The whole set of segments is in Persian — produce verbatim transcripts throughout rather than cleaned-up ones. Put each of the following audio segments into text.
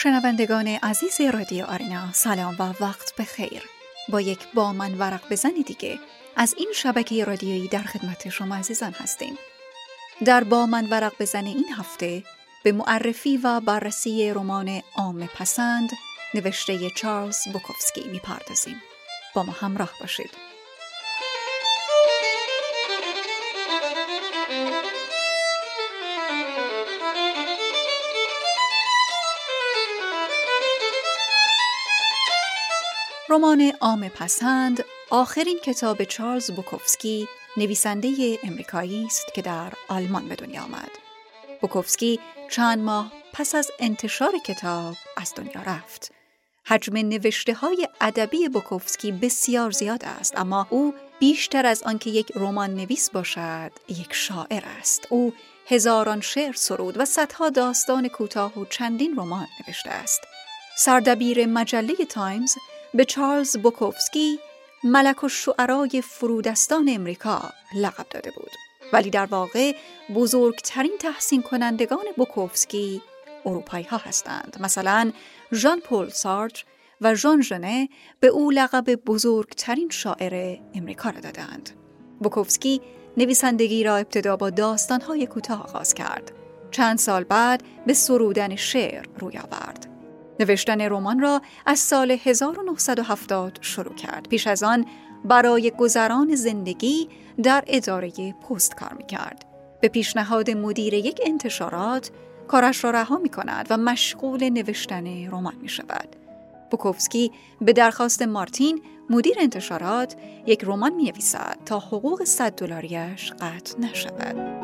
شنوندگان عزیز رادیو آرینا، سلام و وقت بخیر. با یک با من ورق بزن دیگه از این شبکه رادیویی در خدمت شما عزیزان هستیم. در با من ورق بزن این هفته به معرفی و بررسی رمان عامه پسند نوشته چارلز بوکوفسکی میپردازیم. با ما همراه باشید. رمان عامه پسند آخرین کتاب چارلز بوکوفسکی، نویسنده امریکایی است که در آلمان به دنیا آمد. بوکوفسکی چند ماه پس از انتشار کتاب از دنیا رفت. حجم نوشته‌های ادبی بوکوفسکی بسیار زیاد است، اما او بیشتر از آنکه یک رمان نویس باشد، یک شاعر است. او هزاران شعر سرود و صدها داستان کوتاه و چندین رمان نوشته است. سردبیر مجله تایمز به چارلز بوکوفسکی ملک الشعرای فرودستان امریکا لقب داده بود، ولی در واقع بزرگترین تحسین کنندگان بوکوفسکی اروپایی ها هستند. مثلا ژان پل سارتر و ژان ژنه به او لقب بزرگترین شاعر امریکا را دادند. بوکوفسکی نویسندگی را ابتدا با داستان‌های کوتاه آغاز کرد. چند سال بعد به سرودن شعر روی آورد. نوشتن رمان را از سال هزار و نهصد و هفتاد شروع کرد. پیش از آن برای گذران زندگی در اداره پست کار می‌کرد. به پیشنهاد مدیر یک انتشارات کارش را رها می‌کند و مشغول نوشتن رمان می‌شود. بوکوفسکی به درخواست مارتین مدیر انتشارات یک رمان می‌نویسد تا حقوق صد دلاریش قطع نشود.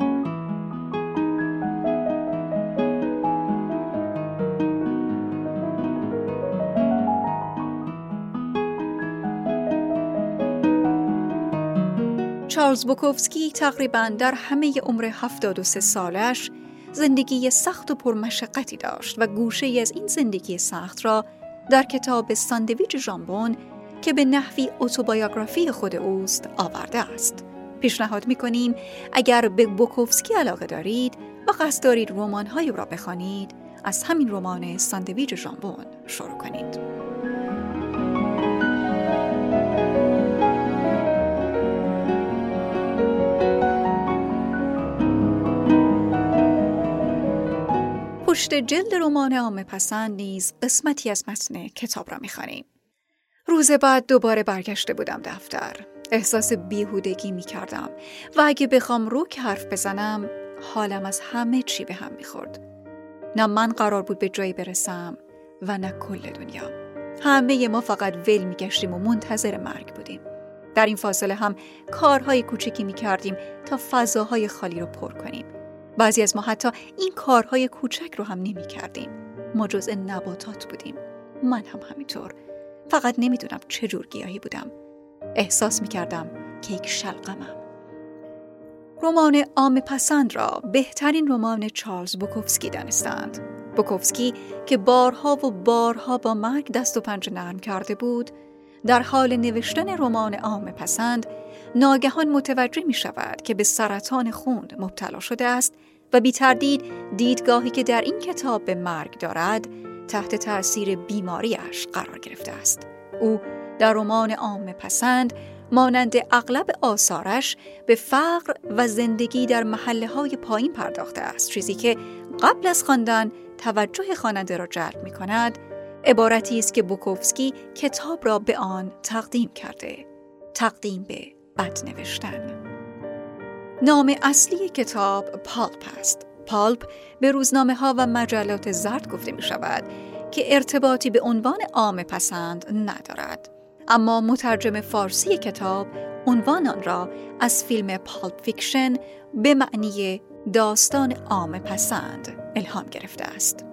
چارلز بوکوفسکی تقریباً در همه عمر هفتاد و سه سالش زندگی سخت و پرمشقتی داشت و گوشه‌ای از این زندگی سخت را در کتاب ساندویچ ژامبون که به نحوی اتوبیوگرافی خود اوست آورده است. پیشنهاد می‌کنیم اگر به بوکوفسکی علاقه دارید و قصد دارید رمان‌های را بخوانید، از همین رمان ساندویچ ژامبون شروع کنید. پشت جلد رمان عامه پسند نیز قسمتی از متن کتاب را می‌خوانیم. روز بعد دوباره برگشته بودم دفتر. احساس بیهودگی می‌کردم و اگه بخوام روک حرف بزنم، حالم از همه چی به هم می‌خورد. نه من قرار بود به جایی برسم و نه کل دنیا. همه ما فقط ول می‌گشتیم و منتظر مرگ بودیم. در این فاصله هم کارهای کوچکی می‌کردیم تا فضاهای خالی رو پر کنیم. بعضی از ما حتی این کارهای کوچک رو هم نمی کردیم. ما جزء نباتات بودیم. من هم همینطور. فقط نمیدونم چه جور گیاهی بودم. احساس می کردم که یک شلغمم. رمان عامه پسند را بهترین رمان چارلز بوکوفسکی دانستند. بوکوفسکی که بارها و بارها با مرگ دست و پنجه نرم کرده بود، در حال نوشتن رمان عامه پسند ناگهان متوجه می شود که به سرطان خون مبتلا شده است و بی تردید دیدگاهی که در این کتاب به مرگ دارد تحت تأثیر بیماریش قرار گرفته است. او در رمان عامه پسند مانند اغلب آثارش به فقر و زندگی در محله‌های پایین پرداخته است، چیزی که قبل از خواندن توجه خواننده را جلب می کند. عبارتی است که بوکوفسکی کتاب را به آن تقدیم کرده. تقدیم به بد نوشتن. نام اصلی کتاب پالپ است. پالپ به روزنامه ها و مجلات زرد گفته می شود که ارتباطی به عنوان عامه پسند ندارد. اما مترجم فارسی کتاب عنوان آن را از فیلم پالپ فیکشن به معنی داستان عامه پسند الهام گرفته است.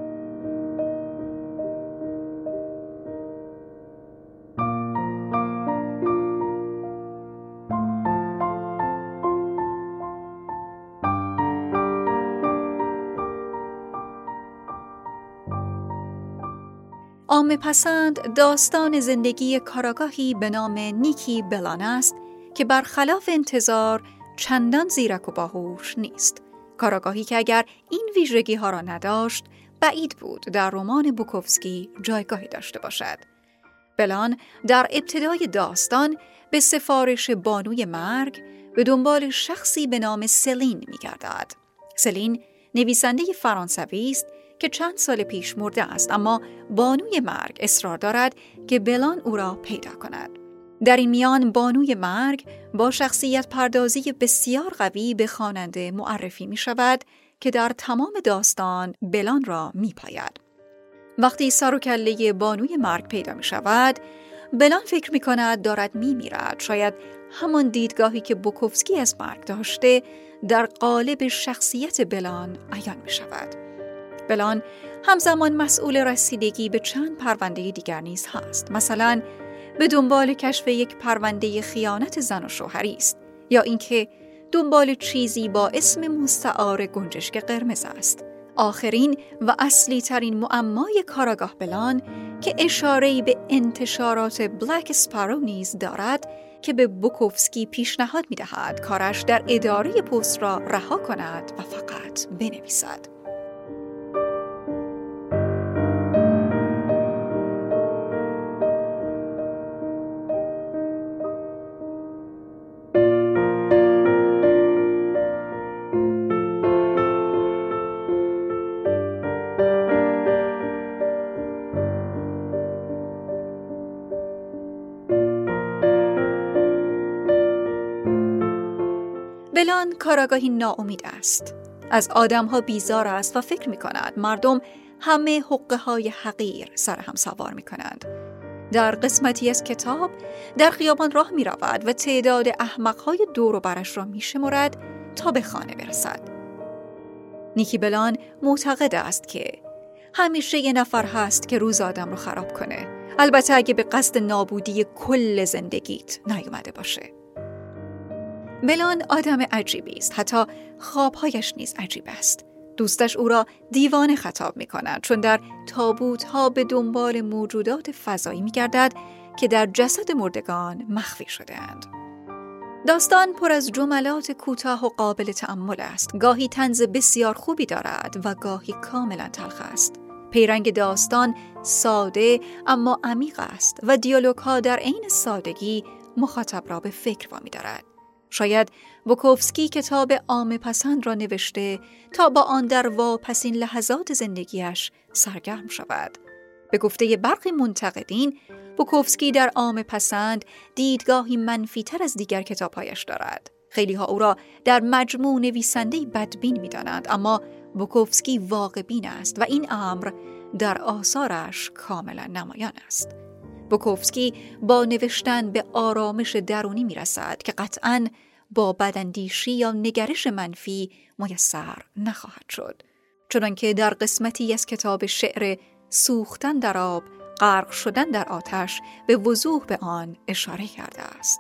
عامه پسند داستان زندگی کاراگاهی به نام نیکی بلان است که برخلاف انتظار چندان زیرک و باهوش نیست. کاراگاهی که اگر این ویژگی ها را نداشت، بعید بود در رمان بوکوفسکی جایگاهی داشته باشد. بلان در ابتدای داستان به سفارش بانوی مرگ به دنبال شخصی به نام سلین می‌گردد. سلین نویسنده فرانسوی است که چند سال پیش مرده است، اما بانوی مرگ اصرار دارد که بلان او را پیدا کند. در این میان بانوی مرگ با شخصیت پردازی بسیار قوی به خواننده معرفی می شود که در تمام داستان بلان را می پاید. وقتی سر و کله بانوی مرگ پیدا می شود، بلان فکر می کند دارد می میرد. شاید همان دیدگاهی که بوکوفسکی از مرگ داشته در قالب شخصیت بلان عیان می شود. بلان همزمان مسئول رسیدگی به چند پرونده دیگر نیز هست. مثلا به دنبال کشف یک پرونده خیانت زن و شوهری است، یا اینکه دنبال چیزی با اسم مستعار گنجشک قرمز است. آخرین و اصلی ترین معمای کاراگاه بلان که اشاره‌ای به انتشارات بلک اسپارو نیز دارد که به بوکوفسکی پیشنهاد می‌دهد کارش در اداره پست را رها کند و فقط بنویسد. بلان کاراگاهی ناامید است. از آدم‌ها بیزار است و فکر می‌کند مردم همه حقه های حقیر سر هم سوار می‌کنند. در قسمتی از کتاب در خیابان راه می‌رود و تعداد احمق‌های دور و برش را می‌شمرد تا به خانه برسد. نیکی بلان معتقد است که همیشه یه نفر هست که روز آدم رو خراب کنه، البته اگه به قصد نابودی کل زندگیت نیومده باشه. بلان آدم عجیبی است، حتی خوابهایش نیز عجیب است. دوستش او را دیوانه خطاب می کند چون در تابوت‌ها به دنبال موجودات فضایی می گردد که در جسد مردگان مخفی شده‌اند. داستان پر از جملات کوتاه و قابل تأمل است. گاهی طنز بسیار خوبی دارد و گاهی کاملا تلخ است. پیرنگ داستان ساده اما عمیق است و دیالوگ‌ها در عین سادگی مخاطب را به فکر وامی دارد. شاید بوکوفسکی کتاب عامه پسند را نوشته تا با آن در واپسین لحظات زندگیش سرگرم شود. به گفته برخی منتقدین، بوکوفسکی در عامه پسند دیدگاهی منفی تر از دیگر کتابهایش دارد. خیلی ها او را در مجموع نویسنده‌ای بدبین می دانند، اما بوکوفسکی واقع‌بین است و این امر در آثارش کاملا نمایان است. بوکوفسکی با نوشتن به آرامش درونی می رسد که قطعاً با بداندیشی یا نگرش منفی میسر نخواهد شد. چنانکه در قسمتی از کتاب شعر سوختن در آب، غرق شدن در آتش به وضوح به آن اشاره کرده است.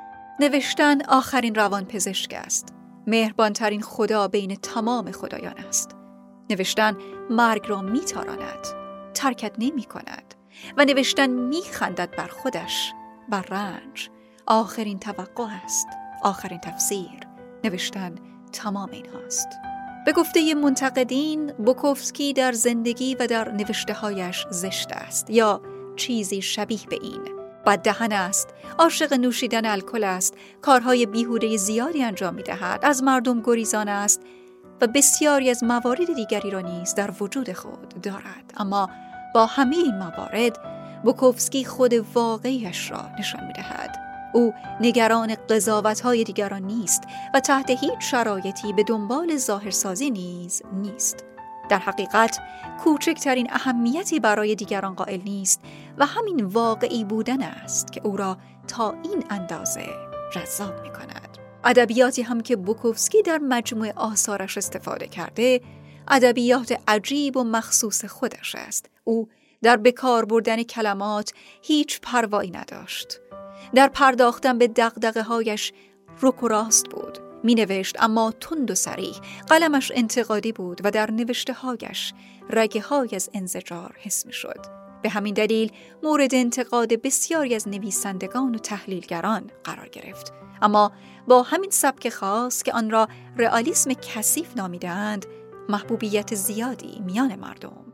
نوشتن آخرین روان پزشک است. مهربانترین خدا بین تمام خدایان است. نوشتن مرگ را می تاراند، ترکت نمی کند و نوشتن می خندد بر خودش، بر رنج. آخرین توقع است، آخرین تفسیر. نوشتن تمام این هاست. به گفته منتقدین، بوکوفسکی در زندگی و در نوشته‌هایش زشت است یا چیزی شبیه به این. بددهن است، عاشق نوشیدن الکل است، کارهای بیهوده زیادی انجام می‌دهد، از مردم گریزان است و بسیاری از موارد دیگری را نیز در وجود خود دارد. اما با همه این موارد، بوکوفسکی خود واقعیش را نشان می‌دهد. او نگران قضاوت‌های دیگران نیست و تحت هیچ شرایطی به دنبال ظاهرسازی نیز نیست. در حقیقت کوچکترین اهمیتی برای دیگران قائل نیست و همین واقعی بودن است که او را تا این اندازه جذاب می‌کند. ادبیاتی هم که بوکوفسکی در مجموع آثارش استفاده کرده، ادبیات عجیب و مخصوص خودش است. او در بکار بردن کلمات هیچ پروایی نداشت. در پرداختن به دغدغه‌هایش رک و راست بود. می نوشت اما تند و صریح. قلمش انتقادی بود و در نوشته‌هایش رگه‌های از انزجار حس می شد. به همین دلیل مورد انتقاد بسیاری از نویسندگان و تحلیلگران قرار گرفت. اما با همین سبک خاص که آن را رئالیسم کثیف نامیدند، محبوبیت زیادی میان مردم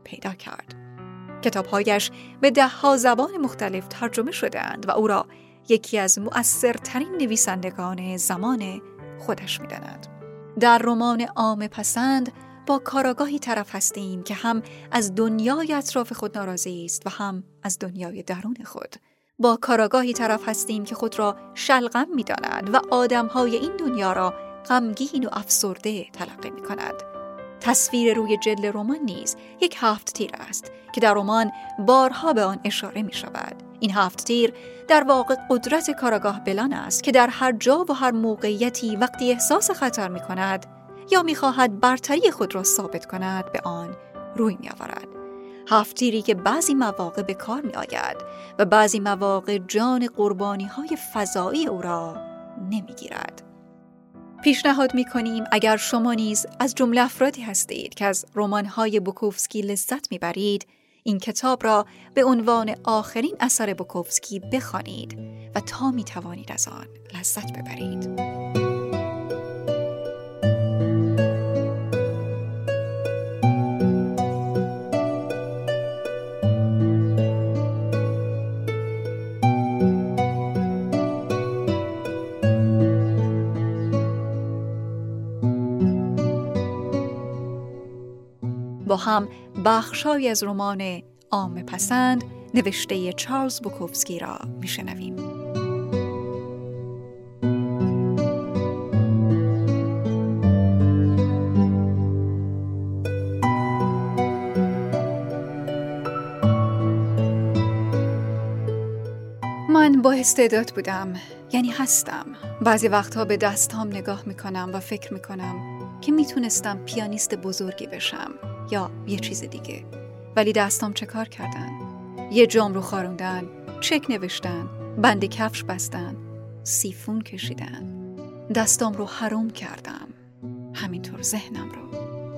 پیدا کرد. کتاب‌هایش به ده‌ها زبان مختلف ترجمه شده‌اند و او را یکی از مؤثرترین نویسندگان زمان خودش می‌داند. در رمان عامه پسند با کاراگاهی طرف هستیم که هم از دنیای اطراف خود ناراضی است و هم از دنیای درون خود. با کاراگاهی طرف هستیم که خود را شلغم می‌داند و آدم‌های این دنیا را غمگین و افسرده تلقی می‌کند. تصویر روی جلد رمان نیز یک هفت تیر است که در رمان بارها به آن اشاره می‌شود. این هفت تیر در واقع قدرت کاراگاه بلان است که در هر جا و هر موقعیتی وقتی احساس خطر می‌کند یا می‌خواهد برتری خود را ثابت کند به آن روی می‌آورد. هفت تیری که بعضی مواقع به کار می‌آید و بعضی مواقع جان قربانی‌های فضایی او را نمی‌گیرد. پیشنهاد می‌کنیم اگر شما نیز از جمله افرادی هستید که از رمان‌های بوکوفسکی لذت می‌برید، این کتاب را به عنوان آخرین اثر بوکوفسکی بخوانید و تا می‌توانید از آن لذت ببرید. با هم بخش‌هایی از رمان عامه پسند نوشته چارلز بوکوفسکی را می‌شنویم. من با استعداد بودم، یعنی هستم. بعضی وقتها به دستام نگاه می‌کنم و فکر می‌کنم که میتونستم پیانیست بزرگی بشم یا یه چیز دیگه، ولی دستام چه کار کردن؟ یه جام رو خاروندن، چک نوشتن، بند کفش بستن، سیفون کشیدن. دستام رو حروم کردم، همینطور ذهنم رو.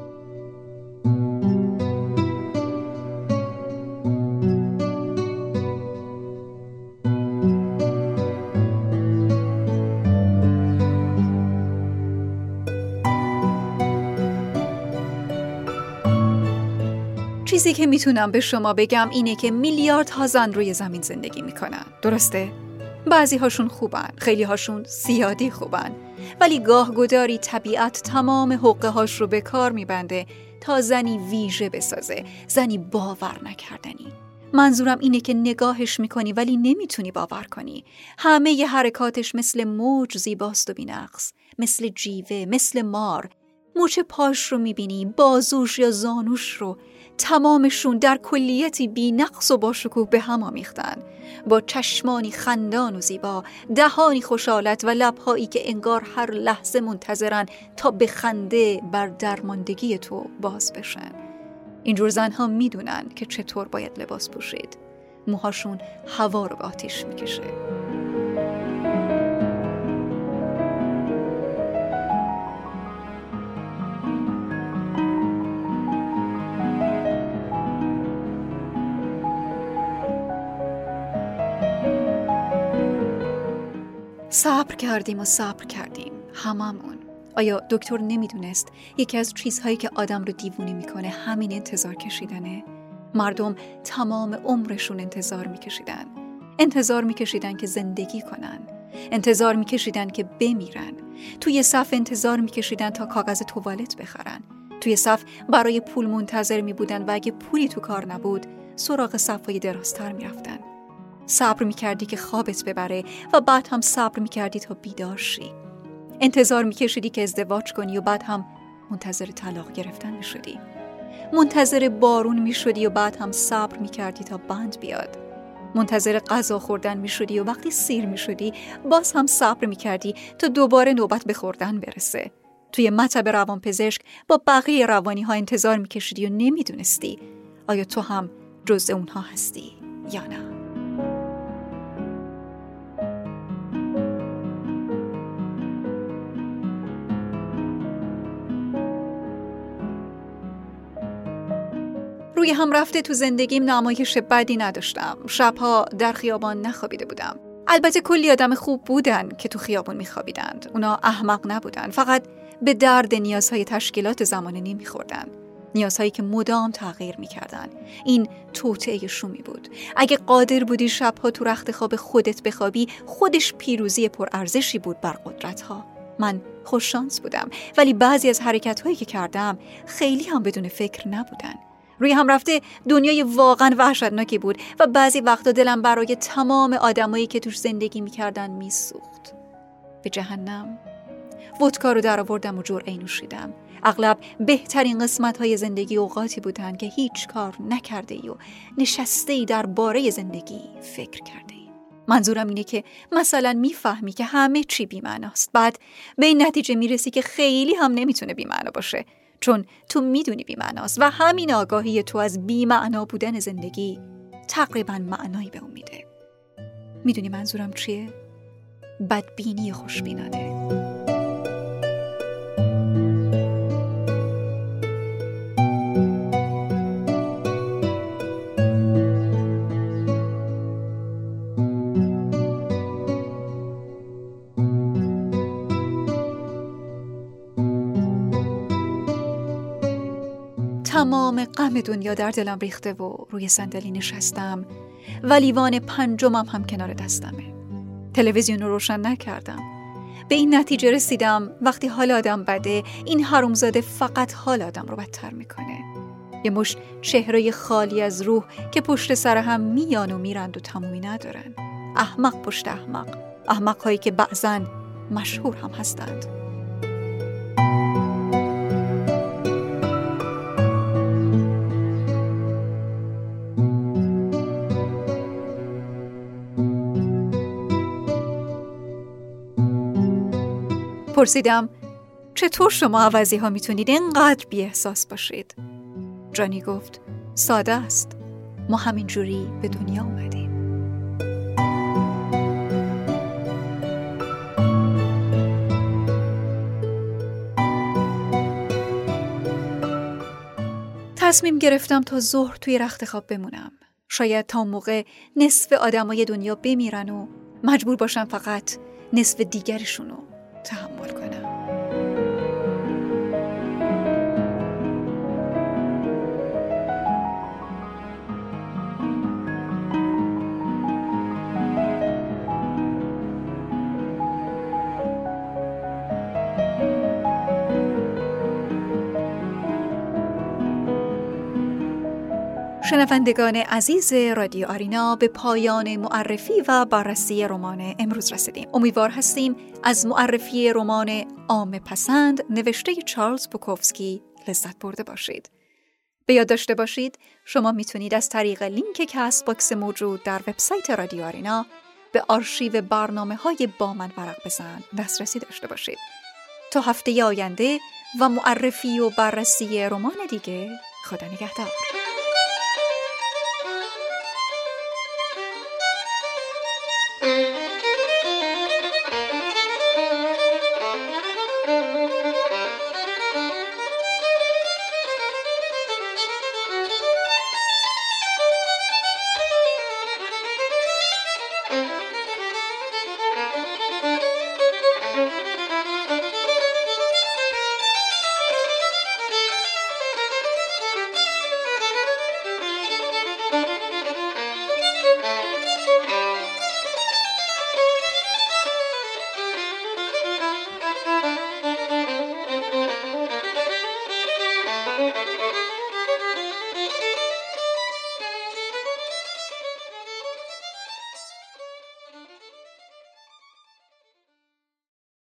چیزی که میتونم به شما بگم اینه که میلیاردها زن روی زمین زندگی میکنن، درسته؟ بعضی هاشون خوبن، خیلی هاشون زیادی خوبن، ولی گاه گداری طبیعت تمام حقه هاش رو به کار میبنده تا زنی ویژه بسازه، زنی باور نکردنی. منظورم اینه که نگاهش میکنی ولی نمیتونی باور کنی. همه ی حرکاتش مثل موج زیباست و بی‌نقص، مثل جیوه، مثل مار. مچ پاش رو میبینی، بازوش یا زانوش رو، تمامشون در کلیتی بی نقص و با شکوه به هم آمیختن، با چشمانی خندان و زیبا، دهانی خوشالت و لبهایی که انگار هر لحظه منتظرن تا به خنده بر درماندگی تو باز بشن. اینجور زنها میدونن که چطور باید لباس پوشید. موهاشون هوا رو به آتیش میکشه. صبر کردیم و صبر کردیم، هممون. آیا دکتر نمیدونست یکی از چیزهایی که آدم رو دیوونه میکنه همین انتظار کشیدنه؟ مردم تمام عمرشون انتظار میکشیدن. انتظار میکشیدن که زندگی کنن. انتظار میکشیدن که بمیرن. توی صف انتظار میکشیدن تا کاغذ توالت بخرن. توی صف برای پول منتظر میبودن و اگه پولی تو کار نبود سراغ صفای درازتر میرفتن. صبر میکردی که خوابت ببره و بعد هم صبر میکردی تا بیدار شی. انتظار میکشیدی که ازدواج کنی و بعد هم منتظر طلاق گرفتن میشدی. منتظر بارون میشدی و بعد هم صبر میکردی تا بند بیاد. منتظر غذا خوردن میشدی و وقتی سیر میشدی باز هم صبر میکردی تا دوباره نوبت به خوردن برسه. توی مطب روانپزشک با بقیه روانی ها انتظار میکشیدی و نمیدونستی آیا تو هم جزء اونها هستی یا نه. روی هم رفته تو زندگیم نمایش بدی نداشتم. شبها در خیابان نخوابیده بودم. البته کلی آدم خوب بودن که تو خیابان میخوابیدند. اونا احمق نبودن، فقط به درد نیازهای تشکیلات زمانه نمیخوردن. نیازهایی که مدام تغییر می‌کردن. این توطئه شومی بود. اگه قادر بودی شبها تو رخت خواب خودت بخوابی، خودش پیروزی پرارزشی بود بر قدرت‌ها. من خوششانس بودم، ولی بعضی از حرکت‌هایی که کردم خیلی هم بدون فکر نبودن. روی هم رفته دنیای واقعا وحشتناکی بود و بعضی وقتا دلم برای تمام آدمایی که توش زندگی می‌کردن میسوخت. به جهنم. ودکا رو در آوردم و جرعه‌ای نوشیدم. اغلب بهترین قسمت‌های زندگی اوقاتی بودن که هیچ کار نکرده‌ای و نشسته‌ای در باره زندگی فکر کرده‌ای. منظورم اینه که مثلا میفهمی که همه چی بی‌معناست، بعد به این نتیجه میرسی که خیلی هم نمیتونه بی‌معنا باشه، چون تو میدونی بی‌معناست و همین آگاهی تو از بی‌معنا بودن زندگی تقریباً معنایی به اون میده. میدونی منظورم چیه؟ بدبینی خوشبینانه. تمام غم دنیا در دلم ریخته و روی صندلی نشستم و لیوان پنجمم هم کنار دستمه. تلویزیون رو روشن نکردم. به این نتیجه رسیدم وقتی حال آدم بده، این حرومزاده فقط حال آدم رو بدتر میکنه. یه مشت چهره خالی از روح که پشت سر هم میان و میرند و تمومی ندارن. احمق پشت احمق. احمق هایی که بعضن مشهور هم هستند. پرسیدم چطور شما عوضی ها میتونید اینقدر بی احساس باشید؟ جانی گفت ساده است. ما همینجوری به دنیا اومدیم. تصمیم گرفتم تا ظهر توی رخت خواب بمونم. شاید تا موقع نصف آدمای دنیا بمیرن و مجبور باشم فقط نصف دیگرشونو تحمل کنم. شنوندگان عزیز رادیو آرینا، به پایان معرفی و بررسی رمان امروز رسیدیم. امیدوار هستیم از معرفی رمان عامه پسند نوشته چارلز بوکوفسکی لذت برده باشید. به یاد داشته باشید شما میتونید از طریق لینک کست باکس موجود در وبسایت رادیو آرینا به آرشیو برنامه‌های با من ورق بزن دسترسی داشته باشید. تا هفته آینده و معرفی و بررسی رمان دیگه، خدا نگهدار.